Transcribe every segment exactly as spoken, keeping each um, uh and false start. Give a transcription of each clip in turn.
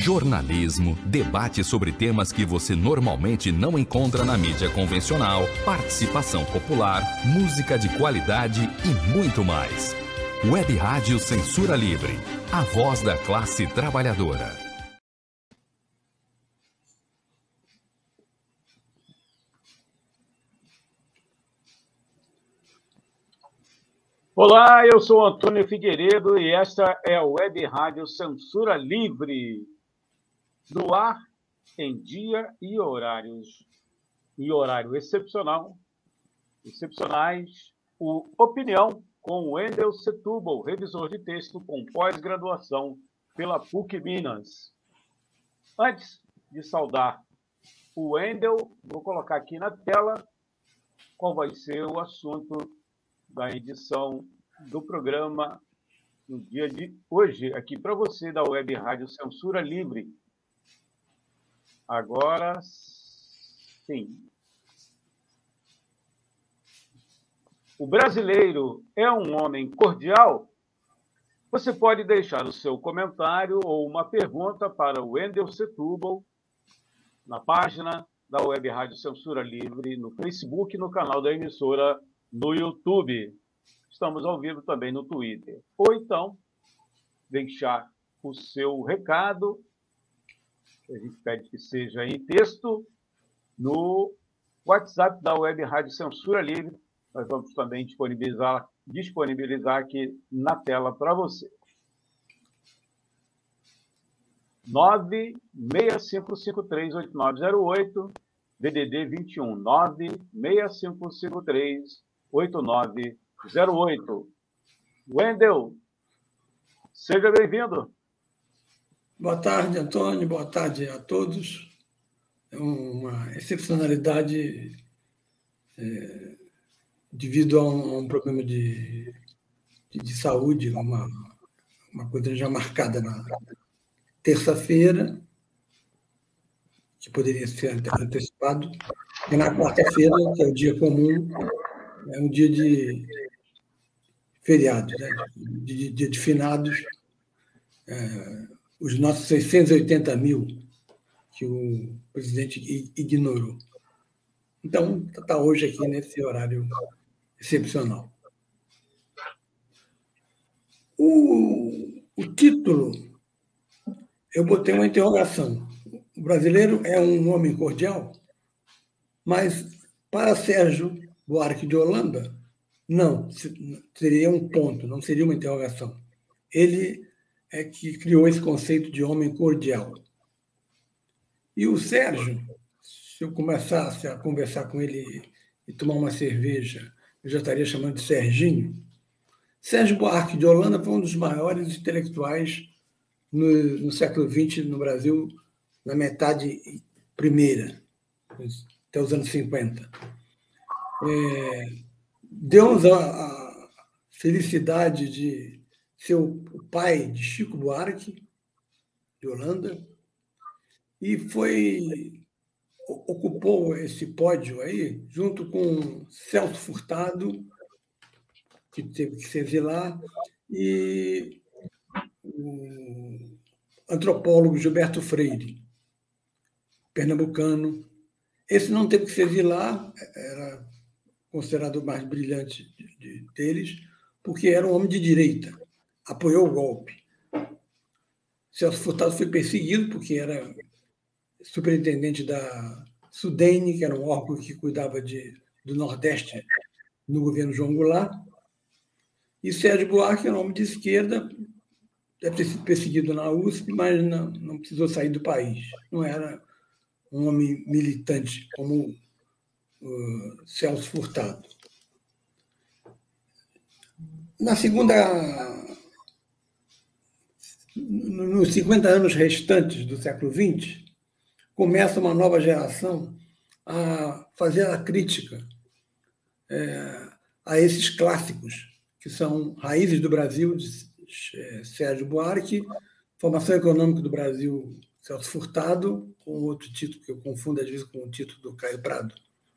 Jornalismo, debate sobre temas que você normalmente não encontra na mídia convencional, participação popular, música de qualidade e muito mais. Web Rádio Censura Livre, a voz da classe trabalhadora. Olá, eu sou Antônio Figueiredo e esta é a Web Rádio Censura Livre, no ar em dia e horários, e horário excepcional, excepcionais, o Opinião com o Wendel Setúbal, revisor de texto com pós-graduação pela P U C Minas. Antes de saudar o Wendel, vou colocar aqui na tela qual vai ser o assunto da edição do programa no dia de hoje, aqui para você da Web Rádio Censura Livre. Agora sim. O brasileiro é um homem cordial? Você pode deixar o seu comentário ou uma pergunta para o Wendel Setúbal na página da Web Rádio Censura Livre, no Facebook e no canal da emissora no YouTube. Estamos ao vivo também no Twitter. Ou então, deixar o seu recado, que a gente pede que seja em texto, no WhatsApp da Web Rádio Censura Livre. Nós vamos também disponibilizar, disponibilizar aqui na tela para você. nove seis cinco cinco três oito nove zero oito, D D D vinte e um, nove seis cinco cinco três oito nove zero oito. Wendel, seja bem-vindo. Boa tarde, Antônio. Boa tarde a todos. É uma excepcionalidade é, devido a um, a um problema de, de, de saúde, uma, uma coisa já marcada na terça-feira, que poderia ser antecipado, e na quarta-feira, que é o dia comum, é um dia de feriado, né? de, de, de finados, é, os nossos seiscentos e oitenta mil que o presidente ignorou. Então, está hoje aqui nesse horário excepcional. O, o título, eu botei uma interrogação. O brasileiro é um homem cordial? Mas, para Sérgio Buarque de Holanda, não, seria um ponto, não seria uma interrogação. Ele é que criou esse conceito de homem cordial. E o Sérgio, se eu começasse a conversar com ele e tomar uma cerveja, eu já estaria chamando de Serginho. Sérgio Buarque de Holanda foi um dos maiores intelectuais no, no século vinte no Brasil, na metade primeira, até os anos cinquenta. É, deu-nos a, a felicidade de ser o pai de Chico Buarque de Holanda e foi ocupou esse pódio aí junto com Celso Furtado, que teve que se exilar, e o antropólogo Gilberto Freire, pernambucano. Esse não teve que se exilar, era considerado o mais brilhante de, de, deles, porque era um homem de direita, apoiou o golpe. Celso Furtado foi perseguido porque era superintendente da Sudene, que era um órgão que cuidava de, do Nordeste no governo João Goulart. E Sérgio Buarque era um homem de esquerda, deve ter sido perseguido na U S P, mas não, não precisou sair do país. Não era um homem militante como uh, Celso Furtado. Na segunda... Nos cinquenta anos restantes do século vinte, começa uma nova geração a fazer a crítica é, a esses clássicos, que são Raízes do Brasil, de Sérgio Buarque, Formação Econômica do Brasil, Celso Furtado, com outro título que eu confundo às vezes com o título do Caio Prado,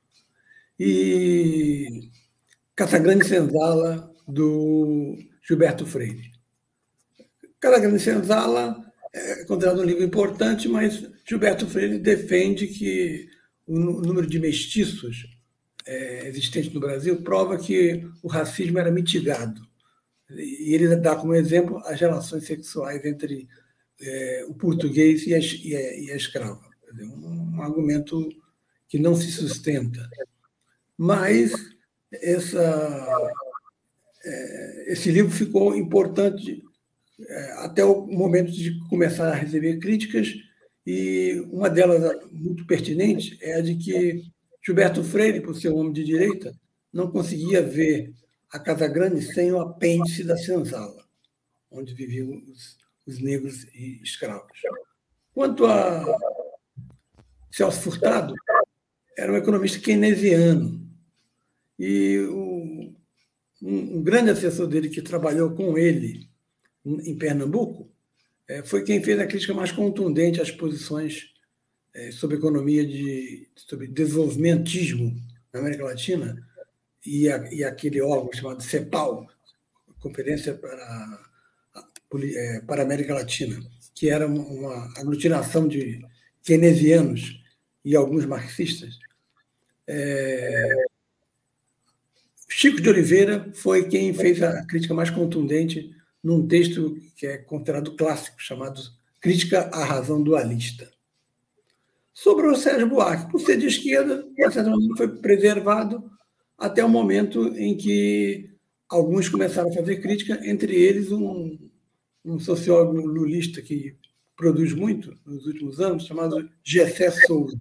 e Casagrande Senzala, do Gilberto Freire. Casagrande Senzala é considerado um livro importante, mas Gilberto Freire defende que o número de mestiços é, existentes no Brasil prova que o racismo era mitigado. E ele dá como exemplo as relações sexuais entre é, o português e a, e a, e a escrava. Um, um argumento que não se sustenta. Mas essa, é, esse livro ficou importante é, até o momento de começar a receber críticas, e uma delas muito pertinente é a de que Gilberto Freire, por ser um homem de direita, não conseguia ver a Casa Grande sem o apêndice da senzala, onde viviam os, os negros e escravos. Quanto a Celso Furtado, era um economista keynesiano, e o, um, um grande assessor dele que trabalhou com ele em Pernambuco é, foi quem fez a crítica mais contundente às posições é, sobre economia, de, sobre desenvolvimentismo na América Latina, e, a, e aquele órgão chamado CEPAL, Conferência para a, para a América Latina, que era uma, uma aglutinação de keynesianos e alguns marxistas. É, Chico de Oliveira foi quem fez a crítica mais contundente num texto que é considerado clássico, chamado Crítica à Razão Dualista. Sobre o Sérgio Buarque, por ser de esquerda, de certa maneira foi preservado até o momento em que alguns começaram a fazer crítica, entre eles um, um sociólogo lulista que produz muito nos últimos anos, chamado Gessé Souza.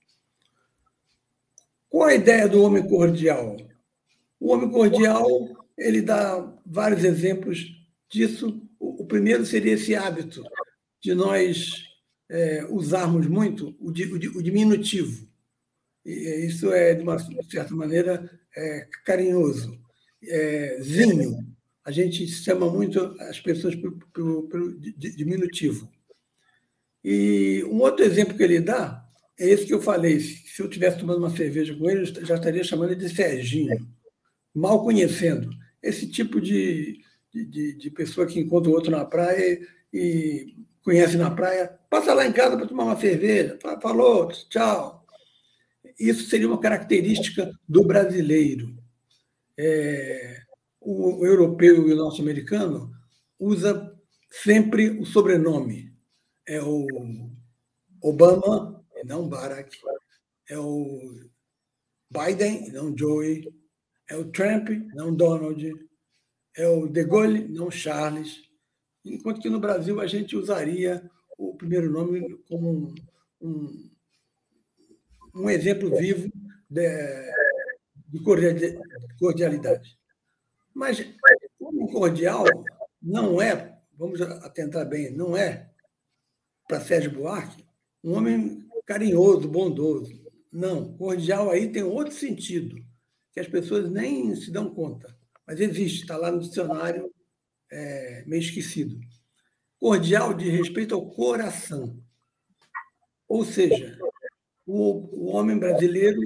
Qual a ideia do homem cordial? O homem cordial, ele dá vários exemplos disso. O primeiro seria esse hábito de nós é, usarmos muito o, o, o diminutivo. E isso é, de uma certa maneira, é, carinhoso. É, zinho. A gente chama muito as pessoas pelo, pelo diminutivo. E um outro exemplo que ele dá é esse que eu falei. Se eu estivesse tomando uma cerveja com ele, eu já estaria chamando ele de Serginho, mal conhecendo. Esse tipo de, de, de pessoa que encontra o outro na praia e conhece na praia, passa lá em casa para tomar uma cerveja, falou, tchau. Isso seria uma característica do brasileiro. É, o, o europeu e o norte-americano usa sempre o sobrenome. É o Obama, e não Barack. É o Biden, e não Joey. É o Trump, não Donald. É o De Gaulle, não Charles. Enquanto que no Brasil a gente usaria o primeiro nome como um, um, um exemplo vivo de, de cordialidade. Mas o cordial não é, vamos atentar bem, não é, para Sérgio Buarque, um homem carinhoso, bondoso. Não, cordial aí tem outro sentido, que as pessoas nem se dão conta, mas existe, está lá no dicionário, é, meio esquecido. Cordial de respeito ao coração. Ou seja, o, o homem brasileiro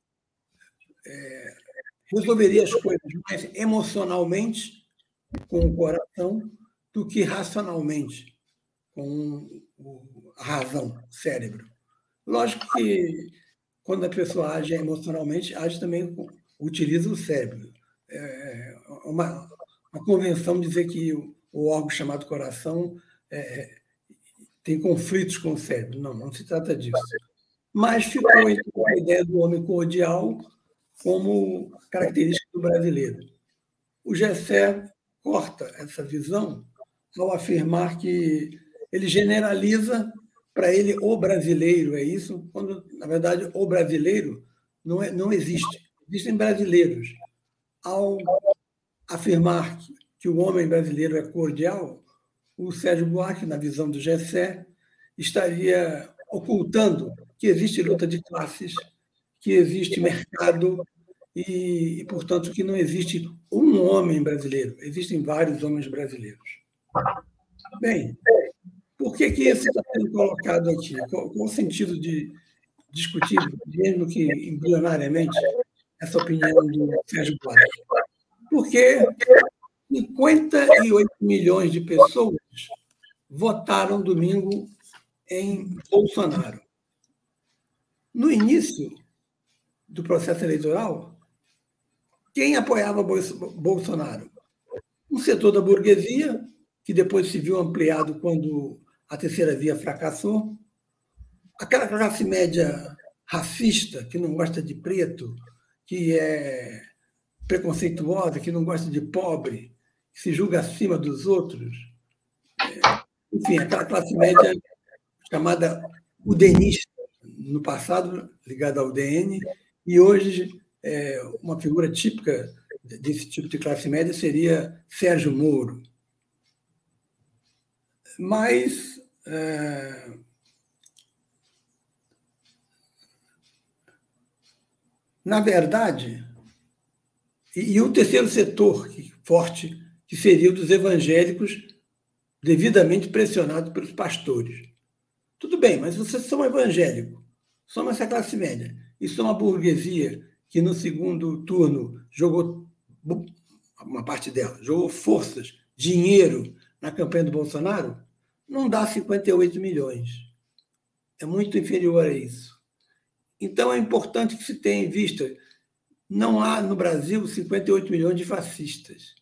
é, resolveria as coisas mais emocionalmente, com o coração, do que racionalmente, com a razão, o cérebro. Lógico que, quando a pessoa age emocionalmente, age também, utiliza o cérebro. É uma, uma convenção dizer que o, o órgão chamado coração é, tem conflitos com o cérebro. Não, não se trata disso. Mas ficou então, a ideia do homem cordial como característica do brasileiro. O Gessé corta essa visão ao afirmar que ele generaliza, para ele, o brasileiro é isso, quando, na verdade, o brasileiro não, é, não existe. Existem brasileiros. Ao afirmar que, que o homem brasileiro é cordial, o Sérgio Buarque, na visão do Gessé, estaria ocultando que existe luta de classes, que existe mercado e, e, portanto, que não existe um homem brasileiro. Existem vários homens brasileiros. Bem, por que, que isso está sendo colocado aqui? Qual, qual o sentido de discutir, mesmo que embrionariamente, essa opinião do Sérgio Buarque? Porque cinquenta e oito milhões de pessoas votaram domingo em Bolsonaro. No início do processo eleitoral, quem apoiava Bolsonaro? Um setor da burguesia, que depois se viu ampliado quando a terceira via fracassou, aquela classe média racista, que não gosta de preto, que é preconceituosa, que não gosta de pobre, que se julga acima dos outros. Enfim, aquela classe média chamada udenista, no passado ligada ao U D N, e hoje é, uma figura típica desse tipo de classe média seria Sérgio Moro. Mas é, na verdade, e, e o terceiro setor que, forte, que seria o dos evangélicos devidamente pressionados pelos pastores. Tudo bem, mas vocês são evangélicos, são essa classe média, e são a burguesia que no segundo turno jogou, uma parte dela, jogou forças, dinheiro na campanha do Bolsonaro, não dá cinquenta e oito milhões. É muito inferior a isso. Então, é importante que se tenha em vista, não há no Brasil cinquenta e oito milhões de fascistas.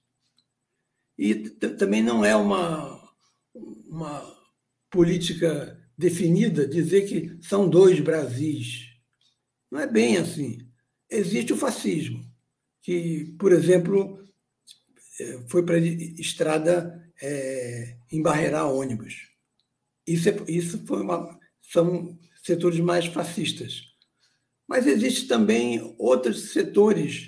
E também não é uma, uma política definida dizer que são dois Brasis. Não é bem assim. Existe o fascismo, que, por exemplo, foi para a estrada é, embarrear ônibus. Isso, é, isso foi uma, são setores mais fascistas. Mas existem também outros setores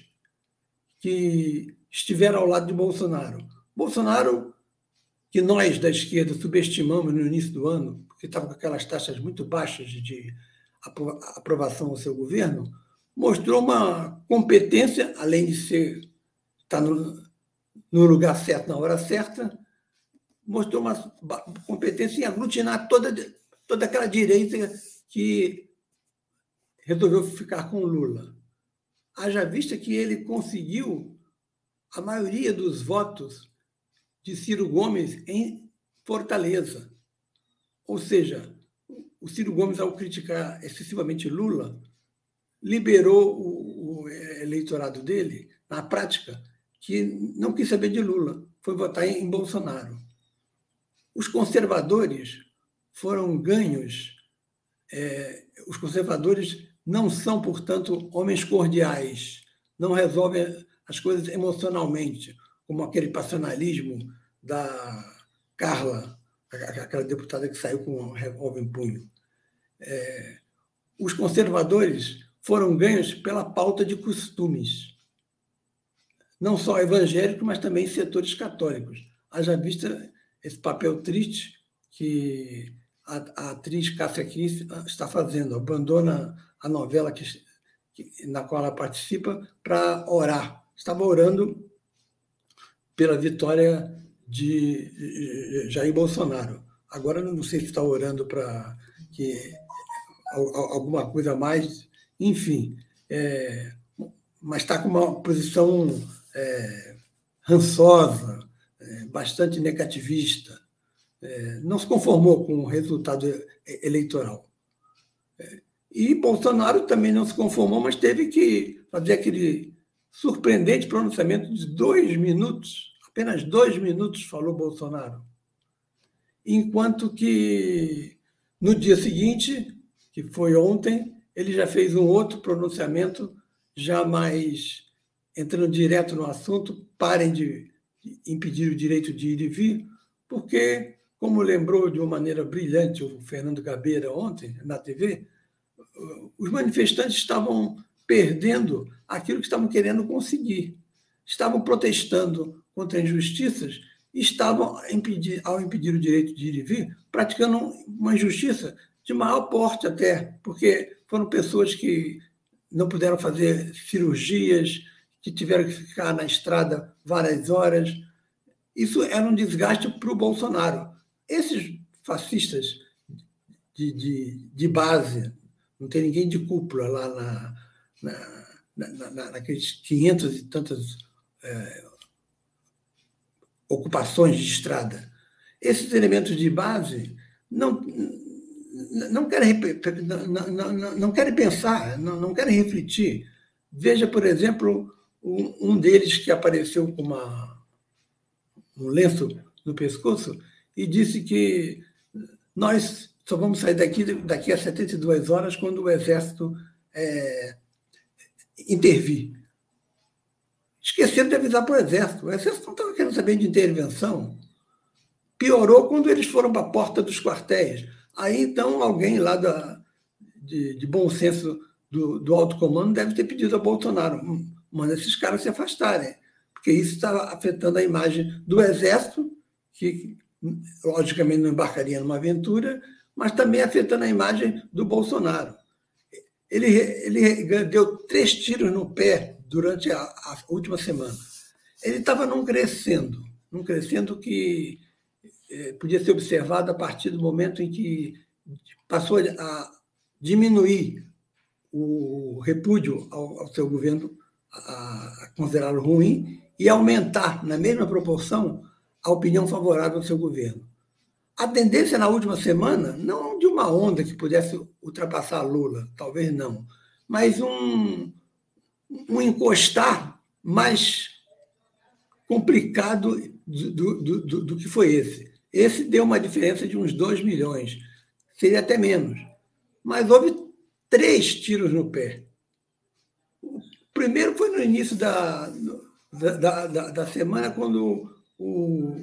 que estiveram ao lado de Bolsonaro. Bolsonaro, que nós da esquerda subestimamos no início do ano, porque estava com aquelas taxas muito baixas de aprovação ao seu governo, mostrou uma competência, além de ser estar no, no lugar certo, na hora certa, mostrou uma competência em aglutinar toda, toda aquela direita que resolveu ficar com Lula. Haja vista que ele conseguiu a maioria dos votos de Ciro Gomes em Fortaleza. Ou seja, o Ciro Gomes, ao criticar excessivamente Lula, liberou o, o eleitorado dele, na prática, que não quis saber de Lula, foi votar em Bolsonaro. Os conservadores foram ganhos. É, os conservadores não são, portanto, homens cordiais, não resolvem as coisas emocionalmente, como aquele passionalismo da Carla, aquela deputada que saiu com um revólver em punho. É, os conservadores foram ganhos pela pauta de costumes, não só evangélicos, mas também setores católicos. Haja vista esse papel triste que a, a atriz Cássia Kiss está fazendo, abandona a novela que, que, na qual ela participa para orar. Estava orando pela vitória de Jair Bolsonaro. Agora não sei se está orando para que alguma coisa a mais, enfim, é, mas está com uma posição é, rançosa, é, bastante negativista. É, não se conformou com o resultado eleitoral. É, e Bolsonaro também não se conformou, mas teve que fazer aquele surpreendente pronunciamento de dois minutos, apenas dois minutos falou Bolsonaro. Enquanto que, no dia seguinte, que foi ontem, ele já fez um outro pronunciamento, já mais entrando direto no assunto, parem de impedir o direito de ir e vir, porque, como lembrou de uma maneira brilhante o Fernando Gabeira ontem, na T V, os manifestantes estavam perdendo aquilo que estavam querendo conseguir. Estavam protestando contra injustiças e estavam, impedir, ao impedir o direito de ir e vir, praticando uma injustiça de maior porte até, porque foram pessoas que não puderam fazer cirurgias, que tiveram que ficar na estrada várias horas. Isso era um desgaste para o Bolsonaro. Esses fascistas de, de, de base, não tem ninguém de cúpula lá na, na, na, na, naqueles quinhentas e tantas é, ocupações de estrada. esses elementos de base não, não, querem, não, não, não querem pensar, não, não querem refletir. Veja, por exemplo, um, um deles que apareceu com uma, um lenço no pescoço e disse que nós só vamos sair daqui, daqui a setenta e duas horas quando o Exército é, intervir. Esqueceram de avisar para o Exército. O Exército não estava querendo saber de intervenção. Piorou quando eles foram para a porta dos quartéis. Aí, então, alguém lá da, de, de bom senso do, do alto comando deve ter pedido a Bolsonaro, manda esses caras se afastarem, porque isso está afetando a imagem do Exército, que, logicamente, não embarcaria numa aventura, mas também afetando a imagem do Bolsonaro. Ele, ele deu três tiros no pé durante a, a última semana. Ele estava num crescendo, num crescendo que eh, podia ser observado a partir do momento em que passou a diminuir o repúdio ao, ao seu governo, a, a considerá-lo ruim, e aumentar, na mesma proporção, a opinião favorável ao seu governo. A tendência na última semana, não de uma onda que pudesse ultrapassar Lula, talvez não, mas um, um encostar mais complicado do, do, do, do que foi esse. Esse deu uma diferença de uns dois milhões, seria até menos. Mas houve três tiros no pé. O primeiro foi no início da, da, da, da semana, quando o,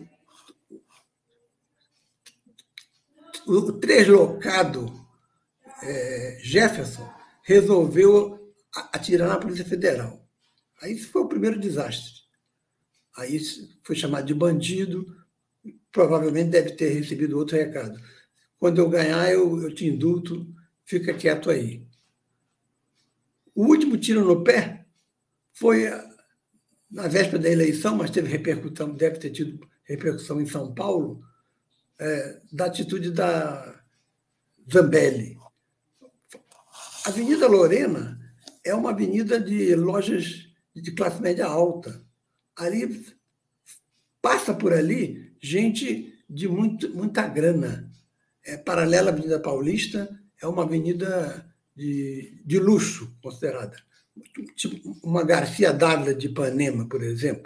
o translocado é, Jefferson resolveu atirar na Polícia Federal. Aí isso foi o primeiro desastre. Aí foi chamado de bandido, provavelmente deve ter recebido outro recado. Quando eu ganhar, eu, eu te indulto, fica quieto aí. O último tiro no pé foi na véspera da eleição, mas teve repercussão, deve ter tido repercussão em São Paulo, é, da atitude da Zambelli. A Avenida Lorena é uma avenida de lojas de classe média alta. Ali passa por ali gente de muito, muita grana. É paralela à Avenida Paulista, é uma avenida de, de luxo considerada. Tipo uma Garcia Dávila de Ipanema, por exemplo.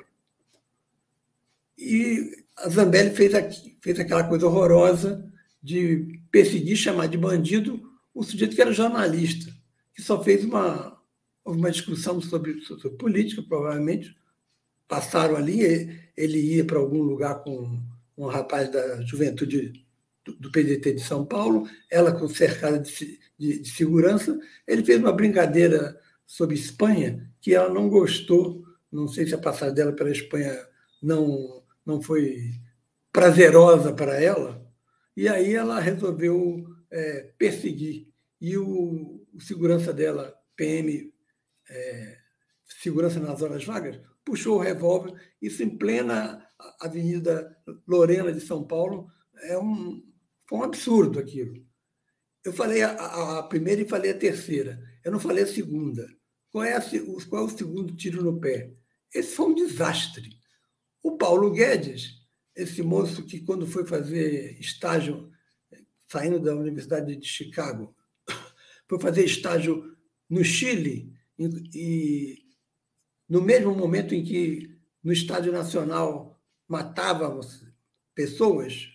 E a Zambelli fez, aqui, fez aquela coisa horrorosa de perseguir, chamar de bandido um sujeito que era jornalista, que só fez uma, uma discussão sobre, sobre política, provavelmente. Passaram ali, ele ia para algum lugar com um rapaz da juventude do P D T de São Paulo, ela com cercada de, de, de segurança. Ele fez uma brincadeira sobre Espanha que ela não gostou, não sei se a passagem dela pela Espanha não, não foi prazerosa para ela, e aí ela resolveu é, perseguir. E o, o segurança dela, P M, é, segurança nas horas vagas, puxou o revólver, isso em plena Avenida Lorena de São Paulo. É um, foi um absurdo aquilo. Eu falei a, a primeira e falei a terceira. Eu não falei a segunda. Qual é, a, qual é o segundo tiro no pé? Esse foi um desastre. O Paulo Guedes, esse moço que, quando foi fazer estágio, saindo da Universidade de Chicago, foi fazer estágio no Chile, e, e no mesmo momento em que no Estádio Nacional matávamos pessoas,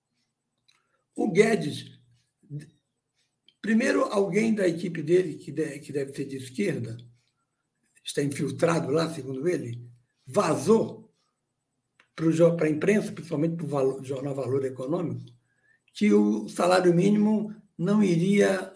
o Guedes, primeiro alguém da equipe dele, que deve ser de esquerda, está infiltrado lá, segundo ele, vazou para a imprensa, principalmente para o jornal Valor Econômico, que o salário mínimo não iria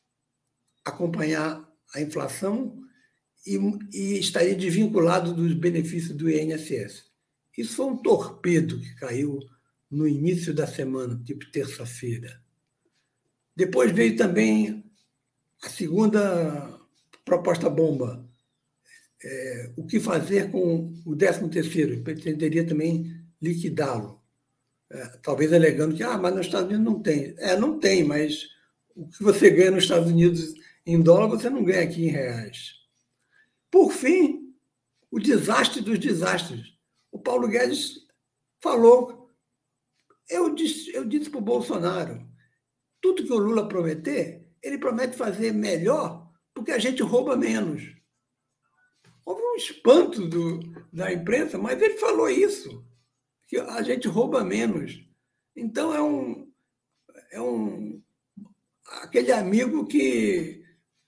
acompanhar a inflação e, e estaria desvinculado dos benefícios do I N S S. Isso foi um torpedo que caiu no início da semana, tipo terça-feira. Depois veio também a segunda proposta bomba. É, o que fazer com o décimo terceiro? Pretenderia também liquidá-lo. É, talvez alegando que ah, mas nos Estados Unidos não tem. É, não tem, mas o que você ganha nos Estados Unidos em dólar, você não ganha aqui em reais. Por fim, o desastre dos desastres. O Paulo Guedes falou Eu disse, eu disse para o Bolsonaro, tudo que o Lula prometer, ele promete fazer melhor, porque a gente rouba menos. Houve um espanto do, da imprensa, mas ele falou isso, que a gente rouba menos. Então, é um, é um aquele amigo que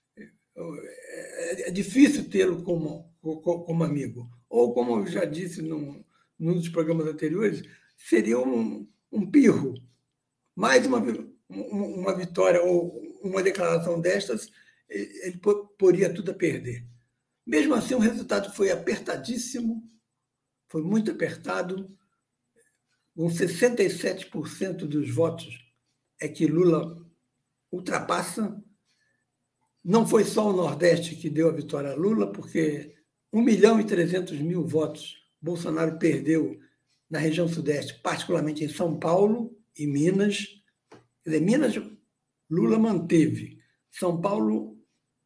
é, é difícil tê-lo como, como amigo. Ou, como eu já disse num, num dos programas anteriores, seria um, um pirro. Mais uma, uma vitória ou uma declaração destas, ele poria tudo a perder. Mesmo assim, o resultado foi apertadíssimo, foi muito apertado. Com sessenta e sete por cento dos votos é que Lula ultrapassa. Não foi só o Nordeste que deu a vitória a Lula, porque um milhão e trezentos mil votos Bolsonaro perdeu na região Sudeste, particularmente em São Paulo e Minas. Quer dizer, Minas, Lula manteve. São Paulo,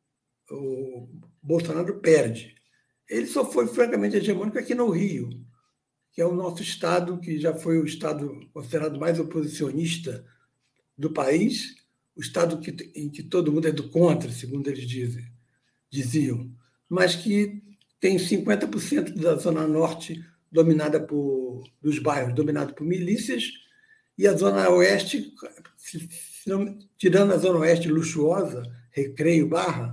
o Bolsonaro perde. Ele só foi francamente hegemônico aqui no Rio, que é o nosso estado, que já foi o estado considerado mais oposicionista do país, o estado que, em que todo mundo é do contra, segundo eles dizem, diziam, mas que tem cinquenta por cento da Zona Norte dominada por, dos bairros dominado por milícias, e a Zona Oeste, se, se não, tirando a Zona Oeste luxuosa, Recreio, Barra,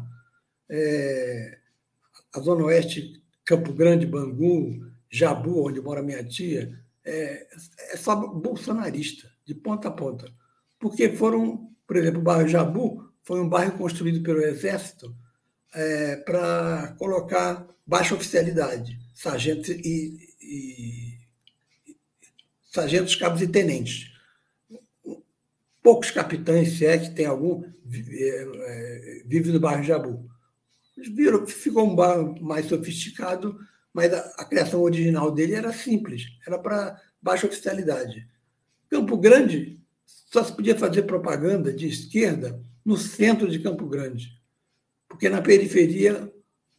é, a Zona Oeste, Campo Grande, Bangu, Jabu, onde mora minha tia, é, é só bolsonarista, de ponta a ponta. Porque foram, por exemplo, o bairro Jabu foi um bairro construído pelo Exército é, para colocar baixa oficialidade, sargentos e, e sargentos, cabos e tenentes. Poucos capitães, se é que tem algum, é, vivem no bairro Jabu. Viram, ficou um bairro mais sofisticado, mas a, a criação original dele era simples, era para baixa oficialidade. Campo Grande só se podia fazer propaganda de esquerda no centro de Campo Grande, porque na periferia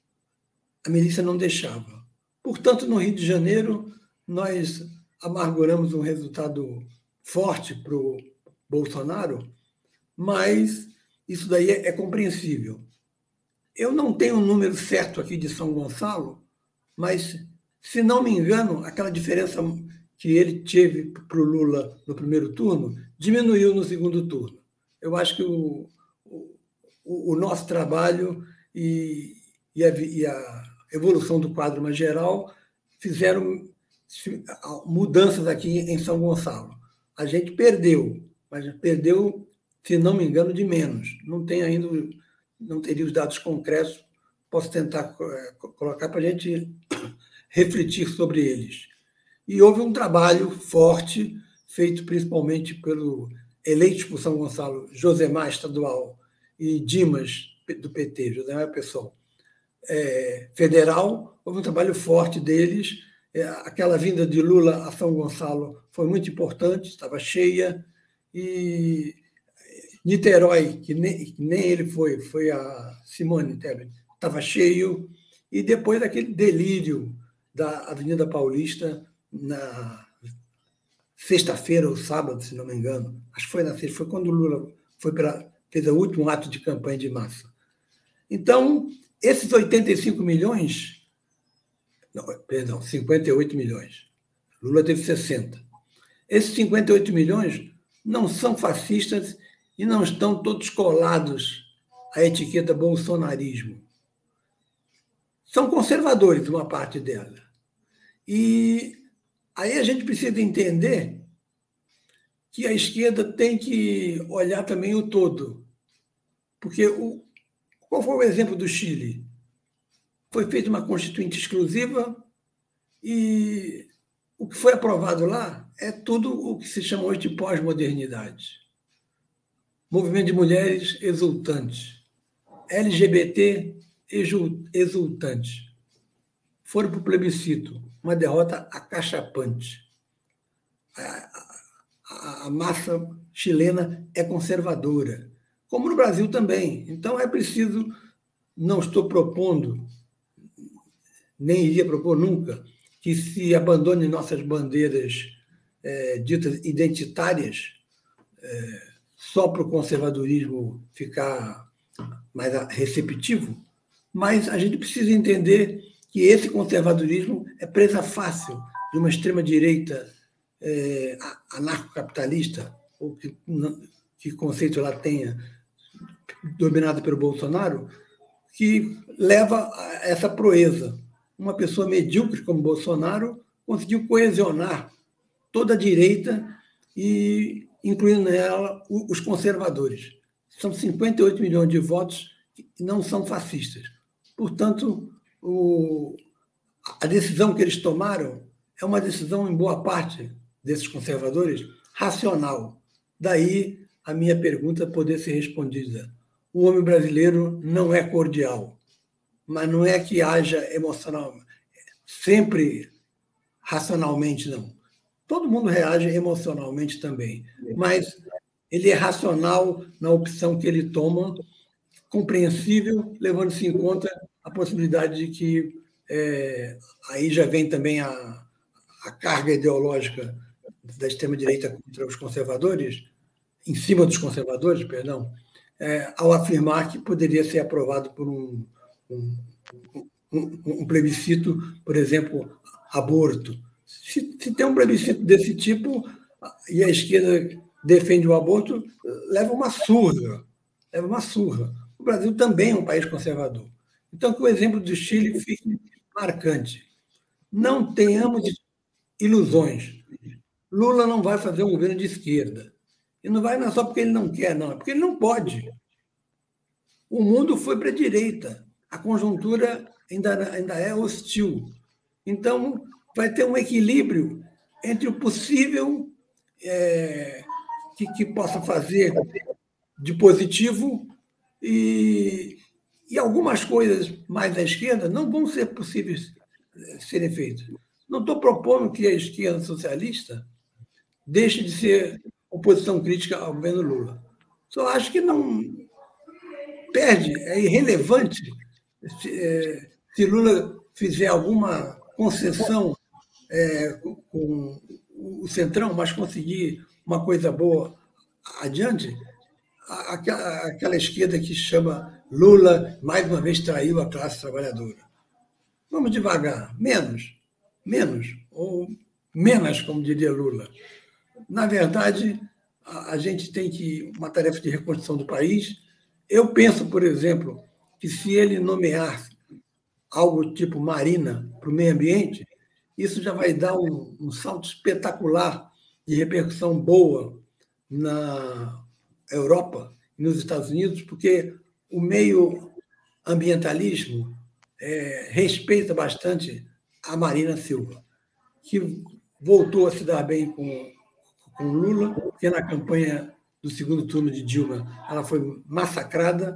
a milícia não deixava. Portanto, no Rio de Janeiro, nós amarguramos um resultado forte para o Bolsonaro, mas isso daí é, é compreensível. Eu não tenho um número certo aqui de São Gonçalo, mas, se não me engano, aquela diferença que ele teve para o Lula no primeiro turno diminuiu no segundo turno. Eu acho que o, o, o nosso trabalho e, e, a, e a evolução do quadro mais geral fizeram mudanças aqui em São Gonçalo. A gente perdeu, mas perdeu, se não me engano, de menos. Não tem ainda, não teria os dados concretos, posso tentar colocar para a gente refletir sobre eles. E houve um trabalho forte, feito principalmente pelo eleito por São Gonçalo, Josemar Estadual, e Dimas, do P T, Josemar Pessoal, é, federal. Houve um trabalho forte deles. É, aquela vinda de Lula a São Gonçalo foi muito importante, estava cheia, e Niterói, que nem, que nem ele foi, foi a Simone Tebet, estava cheio, e depois daquele delírio da Avenida Paulista, na sexta-feira ou sábado, se não me engano, acho que foi na sexta, foi quando o Lula foi pra, fez o último ato de campanha de massa. Então, esses oitenta e cinco milhões, não, perdão, cinquenta e oito milhões, Lula teve sessenta. Esses cinquenta e oito milhões não são fascistas e não estão todos colados à etiqueta bolsonarismo. São conservadores, uma parte dela. E aí a gente precisa entender que a esquerda tem que olhar também o todo. Porque o, qual foi o exemplo do Chile? Foi feita uma constituinte exclusiva e o que foi aprovado lá é tudo o que se chama hoje de pós-modernidade. Movimento de mulheres exultantes, L G B T exultantes. Foram para o plebiscito, uma derrota acachapante. A, a, a massa chilena é conservadora, como no Brasil também. Então é preciso, não estou propondo, nem iria propor nunca, que se abandone nossas bandeiras é, ditas identitárias, é, só para o conservadorismo ficar mais receptivo, mas a gente precisa entender que esse conservadorismo é presa fácil de uma extrema-direita é, anarcocapitalista, ou que, que conceito ela tenha, dominada pelo Bolsonaro, que leva a essa proeza. Uma pessoa medíocre como Bolsonaro conseguiu coesionar toda a direita e incluindo nela os conservadores. São cinquenta e oito milhões de votos que não são fascistas. Portanto, o, a decisão que eles tomaram é uma decisão, em boa parte desses conservadores, racional. Daí a minha pergunta poder ser respondida. O homem brasileiro não é cordial, mas não é que haja emocional, sempre racionalmente, não. Todo mundo reage emocionalmente também, mas ele é racional na opção que ele toma, compreensível, levando-se em conta a possibilidade de que é, aí já vem também a, a carga ideológica da extrema-direita contra os conservadores, em cima dos conservadores, perdão, é, ao afirmar que poderia ser aprovado por um, um, um, um plebiscito, por exemplo, aborto. Se, se tem um plebiscito desse tipo e a esquerda defende o aborto, leva uma surra, leva uma surra. O Brasil também é um país conservador. Então, que o exemplo do Chile fique marcante. Não tenhamos ilusões. Lula não vai fazer um governo de esquerda. E não vai não é só porque ele não quer, não, é porque ele não pode. O mundo foi para a direita. A conjuntura ainda, ainda é hostil. Então, vai ter um equilíbrio entre o possível é, que, que possa fazer de positivo e, e algumas coisas mais à esquerda não vão ser possíveis serem feitas. Não estou propondo que a esquerda socialista deixe de ser oposição crítica ao governo Lula. Só acho que não perde, é irrelevante se, se Lula fizer alguma concessão é, com o Centrão, mas conseguir uma coisa boa adiante, aquela, aquela esquerda que chama Lula, mais uma vez, traiu a classe trabalhadora. Vamos devagar, menos, menos, ou menos, como diria Lula. Na verdade, a, a gente tem que uma tarefa de reconstrução do país. Eu penso, por exemplo, que se ele nomear algo tipo Marina para o meio ambiente, isso já vai dar um, um salto espetacular de repercussão boa na Europa e nos Estados Unidos, porque o meio ambientalismo é, respeita bastante a Marina Silva, que voltou a se dar bem com, com Lula, porque na campanha do segundo turno de Dilma ela foi massacrada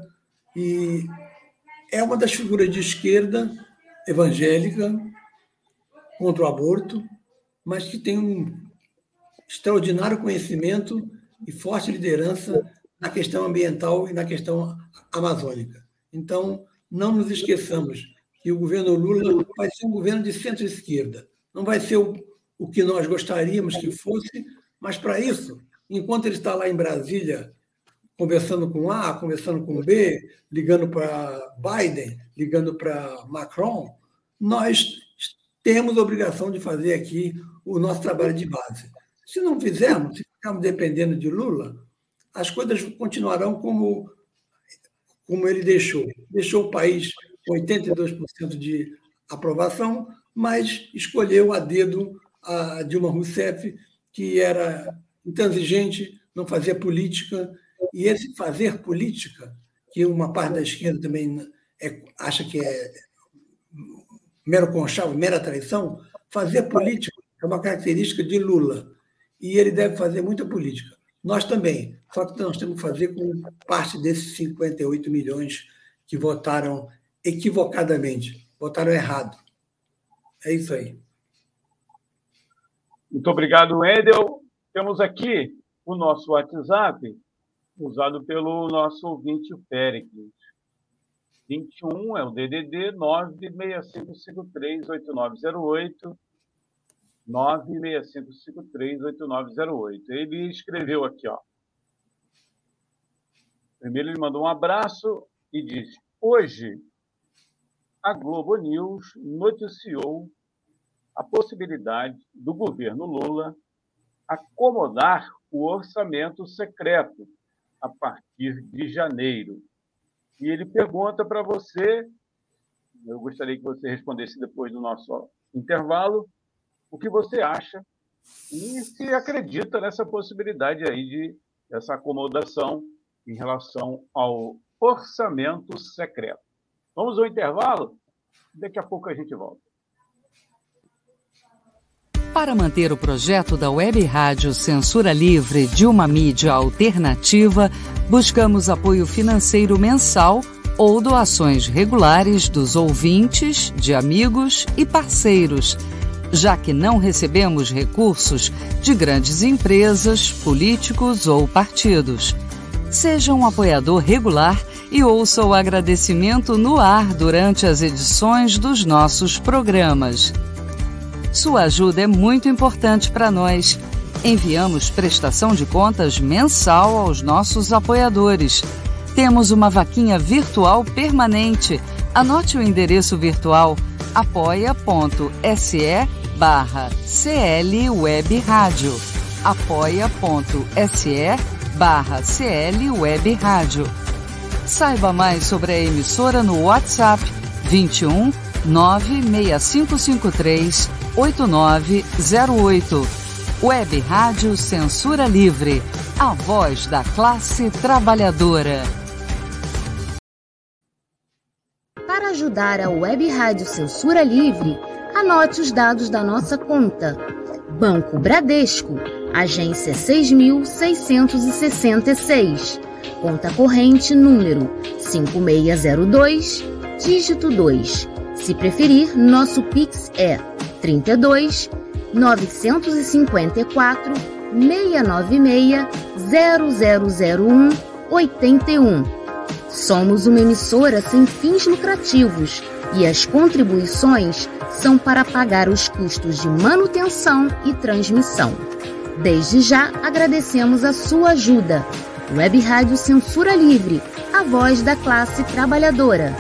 e é uma das figuras de esquerda evangélica contra o aborto, mas que tem um extraordinário conhecimento e forte liderança na questão ambiental e na questão amazônica. Então, não nos esqueçamos que o governo Lula vai ser um governo de centro-esquerda. Não vai ser o, o que nós gostaríamos que fosse, mas, para isso, enquanto ele está lá em Brasília, conversando com A, conversando com B, ligando para Biden, ligando para Macron, nós temos a obrigação de fazer aqui o nosso trabalho de base. Se não fizermos, se ficarmos dependendo de Lula, as coisas continuarão como, como ele deixou. Deixou o país com oitenta e dois por cento de aprovação, mas escolheu a dedo a Dilma Rousseff, que era intransigente, não fazia política, e esse fazer política, que uma parte da esquerda também é, acha que é mero conchavo, mera traição, fazer política é uma característica de Lula, e ele deve fazer muita política. Nós também, só que nós temos que fazer com parte desses cinquenta e oito milhões que votaram equivocadamente, votaram errado. É isso aí. Muito obrigado, Wendel. Temos aqui o nosso WhatsApp, usado pelo nosso ouvinte, o Péricles. vinte e um é o D D D nove seis cinco cinco três oito nove zero oito. nove seis cinco cinco três oito nove zero oito. Ele escreveu aqui, ó. Primeiro ele mandou um abraço e diz: hoje a Globo News noticiou a possibilidade do governo Lula acomodar o orçamento secreto a partir de janeiro. E ele pergunta para você, eu gostaria que você respondesse depois do nosso intervalo, o que você acha e se acredita nessa possibilidade aí de essa acomodação em relação ao orçamento secreto. Vamos ao intervalo? Daqui a pouco a gente volta. Para manter o projeto da Web Rádio Censura Livre de uma mídia alternativa, buscamos apoio financeiro mensal ou doações regulares dos ouvintes, de amigos e parceiros, já que não recebemos recursos de grandes empresas, políticos ou partidos. Seja um apoiador regular e ouça o agradecimento no ar durante as edições dos nossos programas. Sua ajuda é muito importante para nós. Enviamos prestação de contas mensal aos nossos apoiadores. Temos uma vaquinha virtual permanente. Anote o endereço virtual apoia.se barra CL Web Rádio. apoia.se barra CL Web Rádio. Saiba mais sobre a emissora no WhatsApp vinte e um nove seis cinco cinco três oito nove zero oito. Web Rádio Censura Livre, a voz da classe trabalhadora. Para ajudar a Web Rádio Censura Livre, anote os dados da nossa conta. Banco Bradesco, agência seis mil seiscentos e sessenta e seis, conta corrente número cinco seis zero dois, dígito dois. Se preferir, nosso Pix é trinta e dois, novecentos e cinquenta e quatro, seiscentos e noventa e seis, zero zero zero um, oitenta e um. Somos uma emissora sem fins lucrativos e as contribuições são para pagar os custos de manutenção e transmissão. Desde já agradecemos a sua ajuda. Web Rádio Censura Livre, a voz da classe trabalhadora.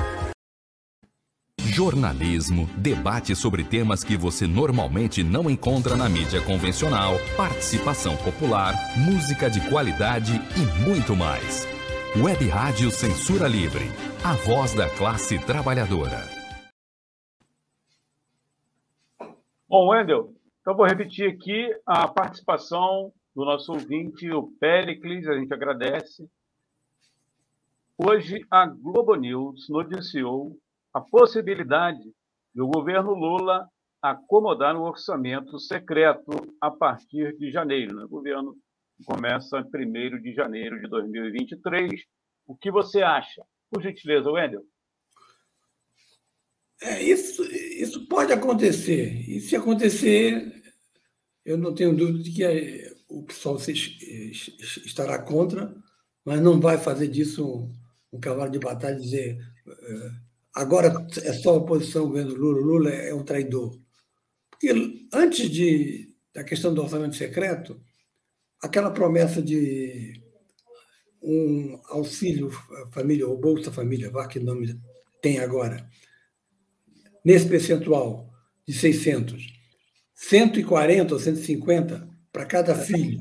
Jornalismo, debate sobre temas que você normalmente não encontra na mídia convencional, participação popular, música de qualidade e muito mais. Web Rádio Censura Livre, a voz da classe trabalhadora. Bom, Wendel, então vou repetir aqui a participação do nosso ouvinte, o Péricles, a gente agradece. Hoje, a Globo News noticiou a possibilidade do governo Lula acomodar o orçamento secreto a partir de janeiro. Né? O governo começa em primeiro de janeiro de dois mil e vinte e três. O que você acha? Por gentileza, Wendel. É, isso, isso pode acontecer. E se acontecer, eu não tenho dúvida de que o pessoal estará contra, mas não vai fazer disso um, um cavalo de batalha e dizer agora é só a oposição ao governo Lula, Lula é um traidor. Porque antes de, da questão do orçamento secreto, aquela promessa de um auxílio família, ou Bolsa Família, vá que nome tem agora, nesse percentual de seiscentos, cento e quarenta ou cento e cinquenta para cada filho,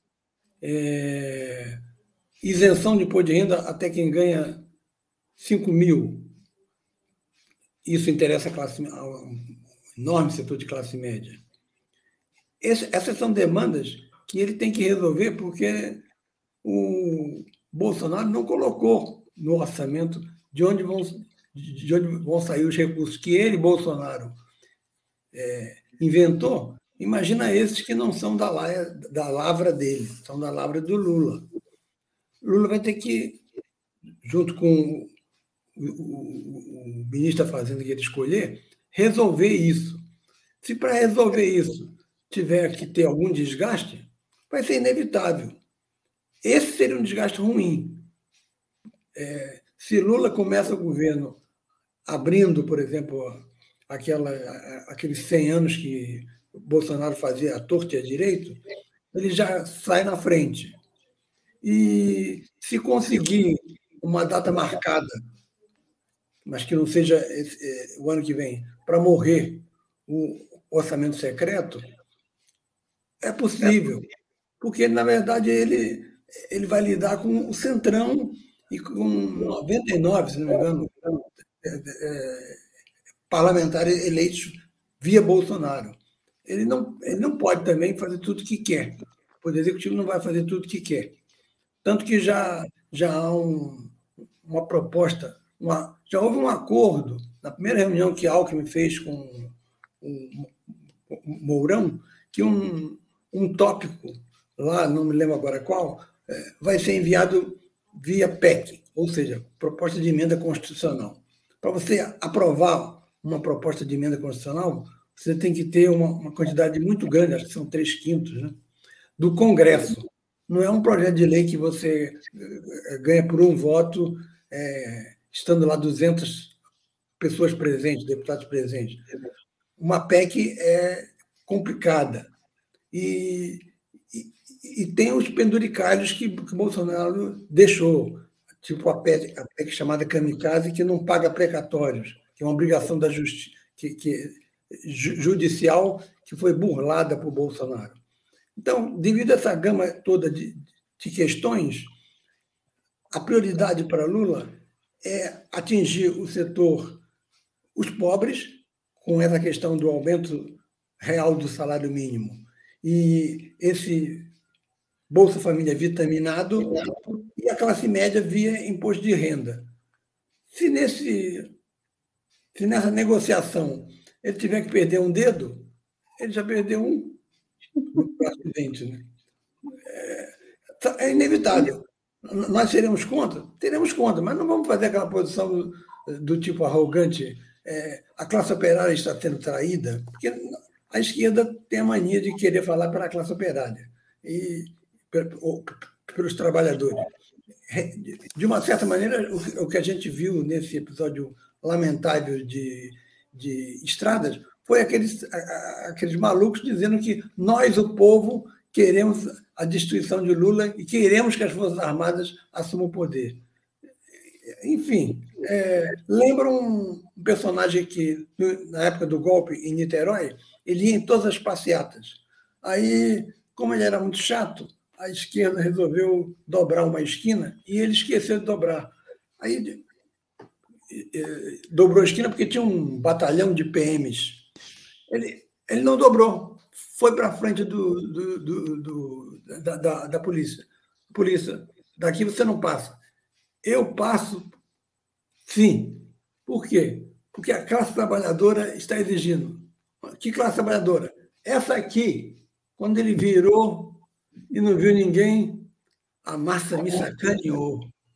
é, isenção de imposto de renda até quem ganha cinco mil. Isso interessa a classe, ao enorme setor de classe média. Esse, essas são demandas que ele tem que resolver porque o Bolsonaro não colocou no orçamento de onde vão, de onde vão sair os recursos que ele, Bolsonaro, é, inventou. Imagina esses que não são da, da lavra dele, são da lavra do Lula. Lula vai ter que, junto com o, o, o ministro da Fazenda que ele escolher, resolver isso. Se para resolver isso tiver que ter algum desgaste, vai ser inevitável. Esse seria um desgaste ruim. É, se Lula começa o governo abrindo, por exemplo, aquela, aqueles cem anos que Bolsonaro fazia a torta e a direito, ele já sai na frente. E se conseguir uma data marcada, mas que não seja esse, o ano que vem, para morrer o orçamento secreto, é possível, porque, na verdade, ele, ele vai lidar com o Centrão e com noventa e nove, se não me engano, é, é, parlamentares eleitos via Bolsonaro. Ele não, ele não pode também fazer tudo o que quer. O Poder Executivo não vai fazer tudo o que quer. Tanto que já, já há um, uma proposta, uma, já houve um acordo, na primeira reunião que Alckmin fez com o, o Mourão, que um, um tópico, lá, não me lembro agora qual, é, vai ser enviado via P E C, ou seja, proposta de emenda constitucional. Para você aprovar uma proposta de emenda constitucional, você tem que ter uma, uma quantidade muito grande, acho que são três quintos, né, do Congresso. Não é um projeto de lei que você ganha por um voto, é, estando lá duzentas pessoas presentes, deputados presentes. Uma P E C é complicada. E, e, e tem os penduricalhos que, que Bolsonaro deixou, tipo a P E C, a P E C chamada Kamikaze, que não paga precatórios, que é uma obrigação da justiça, que, que, judicial que foi burlada por Bolsonaro. Então, devido a essa gama toda de, de questões, a prioridade para Lula é atingir o setor, os pobres, com essa questão do aumento real do salário mínimo e esse Bolsa Família vitaminado e a classe média via imposto de renda. Se, nesse, se nessa negociação ele tiver que perder um dedo, ele já perdeu um no acidente, né? É, é inevitável. Nós seremos contra? Teremos contra, mas não vamos fazer aquela posição do, do tipo arrogante, é, a classe operária está sendo traída, porque a esquerda tem a mania de querer falar para a classe operária e pelos trabalhadores. De uma certa maneira, o que a gente viu nesse episódio lamentável de, de Estradas foi aqueles, aqueles malucos dizendo que nós, o povo, queremos a destruição de Lula e queremos que as Forças Armadas assumam o poder. Enfim, é, lembra um personagem que, na época do golpe em Niterói, ele ia em todas as passeatas. Aí, como ele era muito chato, a esquerda resolveu dobrar uma esquina e ele esqueceu de dobrar. Aí dobrou a esquina porque tinha um batalhão de P Ms. Ele, ele não dobrou, foi para frente do, do, do, do, da, da, da polícia. Polícia, daqui você não passa. Eu passo, sim. Por quê? Porque a classe trabalhadora está exigindo. Que classe trabalhadora? Essa aqui, quando ele virou e não viu ninguém, a massa me sacaneou.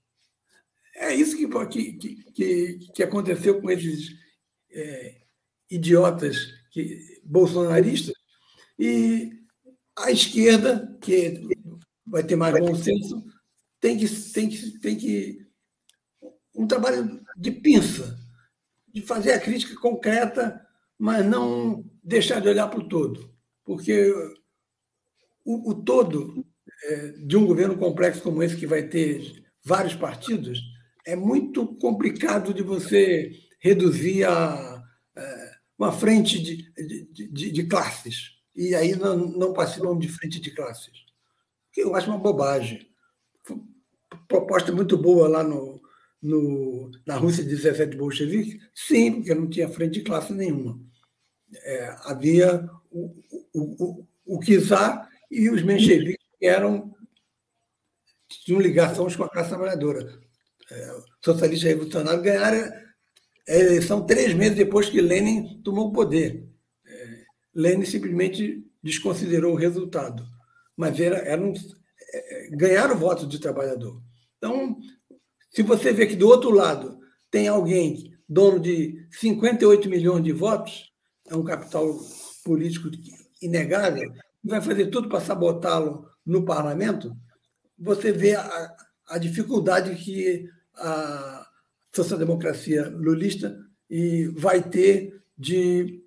É isso que, que, que, que aconteceu com esses é, idiotas que, bolsonaristas, e a esquerda, que vai ter mais bom senso, tem que, tem que, tem que um trabalho de pinça, de fazer a crítica concreta, mas não deixar de olhar para o todo, porque o, o todo é, de um governo complexo como esse, que vai ter vários partidos, é muito complicado de você reduzir a, a uma frente de, de, de, de classes. E aí não, não participam de frente de classes. Que eu acho uma bobagem. Proposta muito boa lá no, no, na Rússia dezessete bolchevique? Sim, porque não tinha frente de classe nenhuma. É, havia o, o, o, o czar e os mencheviques, que eram, tinham ligações com a classe trabalhadora. É, socialistas revolucionários ganharam a eleição três meses depois que Lenin tomou o poder. É, Lenin simplesmente desconsiderou o resultado, mas era, era um, é, ganharam o voto de trabalhador. Então, se você vê que do outro lado tem alguém dono de cinquenta e oito milhões de votos, é um capital político inegável, e vai fazer tudo para sabotá-lo no parlamento, você vê a, a dificuldade que a social-democracia lulista e vai ter de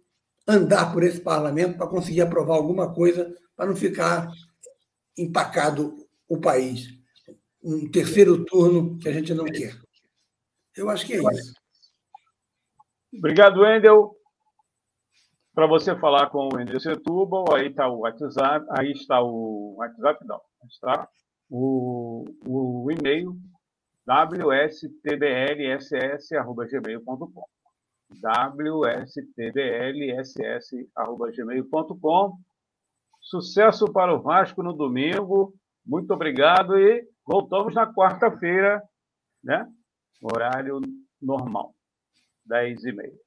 andar por esse parlamento para conseguir aprovar alguma coisa, para não ficar empacado o país. Um terceiro turno que a gente não quer. Eu acho que é isso. Obrigado, Wendel. Para você falar com o Wendel Setúbal, aí está o WhatsApp, aí está o WhatsApp, não, está o, o e-mail w s t b l s s arroba gmail ponto com. w s t b l s s arroba gmail ponto com. Sucesso para o Vasco no domingo. Muito obrigado e voltamos na quarta-feira, né? Horário normal, dez e meia.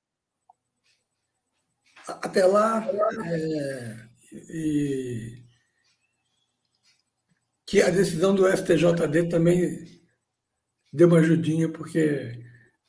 Até lá, é, e que a decisão do S T J D também deu uma ajudinha, porque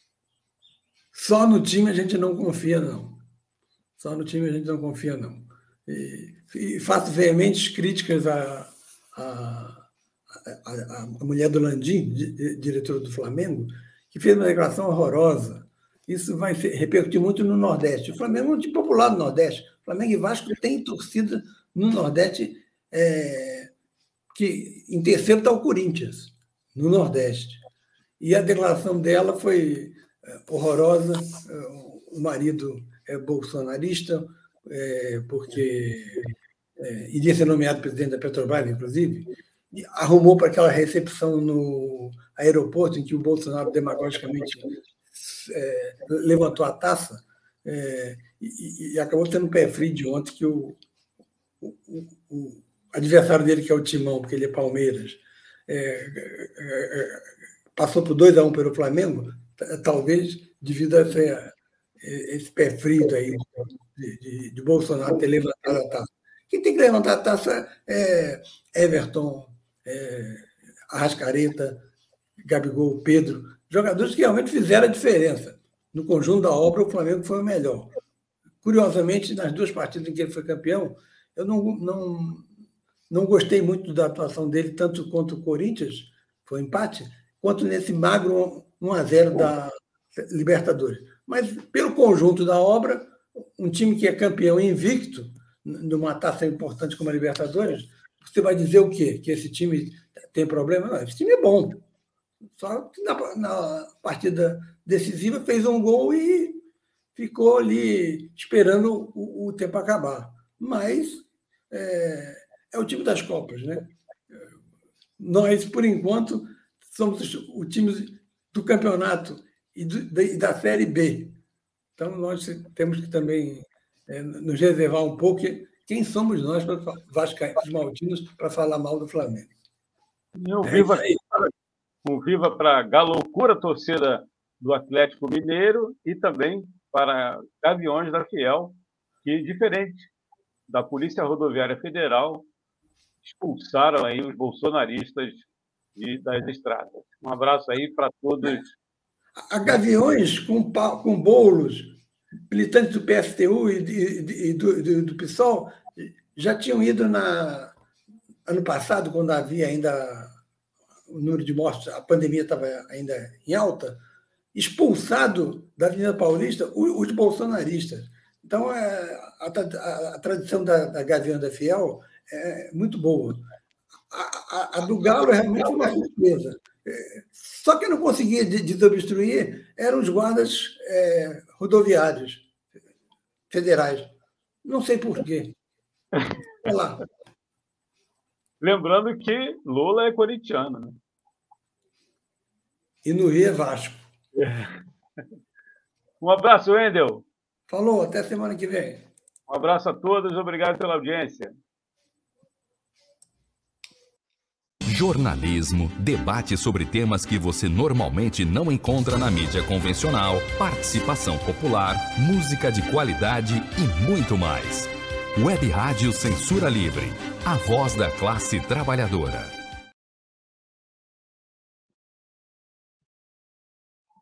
só no time a gente não confia, não. Só no time a gente não confia, não. E, e faço veementes críticas à, à, à, à mulher do Landim, diretora do Flamengo, que fez uma declaração horrorosa. Isso vai repercutir muito no Nordeste. O Flamengo é um time popular no Nordeste. O Flamengo e Vasco têm torcida no Nordeste, é, que em terceiro está o Corinthians, no Nordeste. E a declaração dela foi horrorosa. O marido é bolsonarista, é, porque é, iria ser nomeado presidente da Petrobras, inclusive, e arrumou para aquela recepção no aeroporto em que o Bolsonaro demagogicamente É, levantou a taça, é, e, e acabou tendo um pé frio de ontem, que o, o, o adversário dele, que é o Timão, porque ele é Palmeiras, é, é, passou por dois a um pelo Flamengo, talvez devido a esse, esse pé frio aí de, de, de Bolsonaro ter levantado a taça. Quem tem que levantar a taça é Everton, é, Arrascaeta, Gabigol, Pedro, jogadores que realmente fizeram a diferença. No conjunto da obra, o Flamengo foi o melhor. Curiosamente, nas duas partidas em que ele foi campeão, eu não, não, não gostei muito da atuação dele, tanto contra o Corinthians, foi um empate, quanto nesse magro um a zero da Libertadores. Mas, pelo conjunto da obra, um time que é campeão invicto, numa taça importante como a Libertadores, você vai dizer o quê? Que esse time tem problema? Não, esse time é bom. Só que na, na partida decisiva fez um gol e ficou ali esperando o, o tempo acabar. Mas é, é o time das Copas, né? Nós, por enquanto, somos o time do campeonato e, do, e da Série B. Então, nós temos que também é, nos reservar um pouco. Quem somos nós, para vascaínos maltinos, para falar mal do Flamengo? Eu vivo aqui. Um viva para a loucura torcida do Atlético Mineiro e também para Gaviões da Fiel, que, diferente da Polícia Rodoviária Federal, expulsaram aí os bolsonaristas de, das estradas. Um abraço aí para todos. A Gaviões, com, com bolos, militantes do P S T U e, de, e do, do, do PSOL, já tinham ido na, ano passado, quando havia ainda o número de mortes, a pandemia estava ainda em alta, expulsado da Avenida Paulista os bolsonaristas. Então, a, a, a tradição da, da Gavião da Fiel é muito boa. A, a, a do Galo é realmente uma surpresa. É, só que não conseguia desobstruir eram os guardas é, rodoviários federais. Não sei por quê. Olha lá. Lembrando que Lula é corintiano, né? E no Rio é Vasco. Um abraço, Wendel. Falou, até semana que vem. Um abraço a todos, obrigado pela audiência. Jornalismo, debate sobre temas que você normalmente não encontra na mídia convencional, participação popular, música de qualidade e muito mais. Web Rádio Censura Livre, a voz da classe trabalhadora.